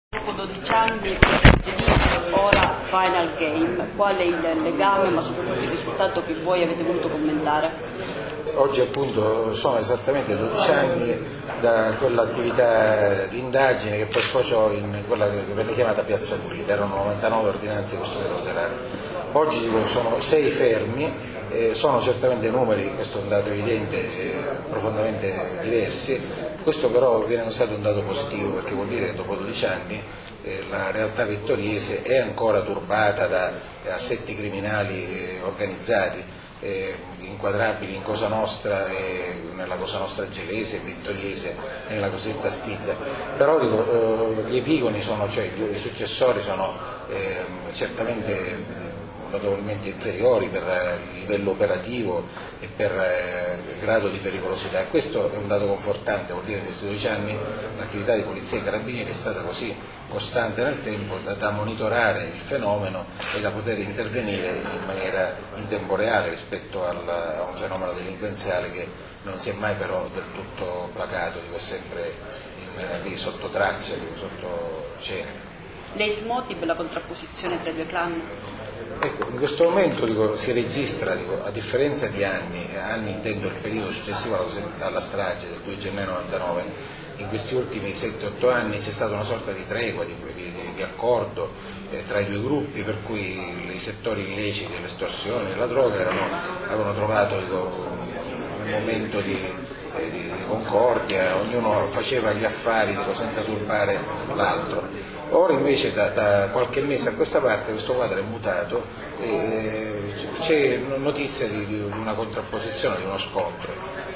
Dopo 12 anni, ora Final Game, qual è il legame ma soprattutto il risultato che voi avete voluto commentare? Oggi appunto sono esattamente 12 anni da quell'attività di indagine che poi sfociò in quella che venne chiamata Piazza Pulita, erano 99 ordinanze di custodia cautelare. Oggi sono 6 fermi, sono certamente numeri, questo è un dato evidente, profondamente diversi. Questo però viene considerato un dato positivo perché vuol dire che dopo 12 anni la realtà vittoriese è ancora turbata da assetti criminali organizzati, inquadrabili in Cosa Nostra, nella Cosa Nostra gelese, vittoriese e nella cosiddetta Stidda. Però gli epigoni sono, cioè i successori sono certamente notevolmente inferiori per livello operativo e per grado di pericolosità, e questo è un dato confortante, vuol dire che in questi 12 anni l'attività di polizia e carabinieri è stata così costante nel tempo da monitorare il fenomeno e da poter intervenire in maniera in tempo reale rispetto a un fenomeno delinquenziale che non si è mai però del tutto placato, è sempre lì sotto traccia, sotto cenere. Leitmotiv, la contrapposizione tra i due clan? Ecco, in questo momento si registra, a differenza di anni intendo il periodo successivo alla strage del 2 gennaio 99, in questi ultimi 7-8 anni c'è stata una sorta di tregua, di accordo tra i due gruppi, per cui i settori illeciti dell'estorsione e della droga avevano trovato un momento di concordia, ognuno faceva gli affari senza turbare l'altro. Ora invece da qualche mese a questa parte questo quadro è mutato e c'è notizia di una contrapposizione, di uno scontro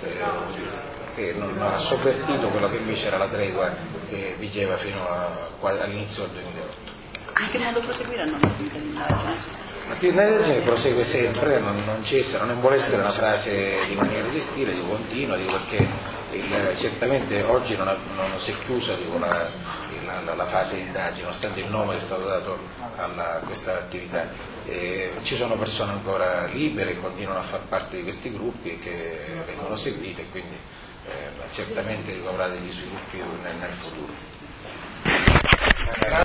che non ha sovvertito quello che invece era la tregua che vigeva fino all'inizio del 2008. In che modo proseguiranno l'attività di indagine? L'attività di indagine prosegue sempre, non cessa, non vuole essere una frase di maniera di stile, di continua, perché certamente oggi non si è chiusa la fase di indagine, nonostante il nome che è stato dato a questa attività. Ci sono persone ancora libere che continuano a far parte di questi gruppi e che vengono seguite, e quindi certamente avrà degli sviluppi nel futuro.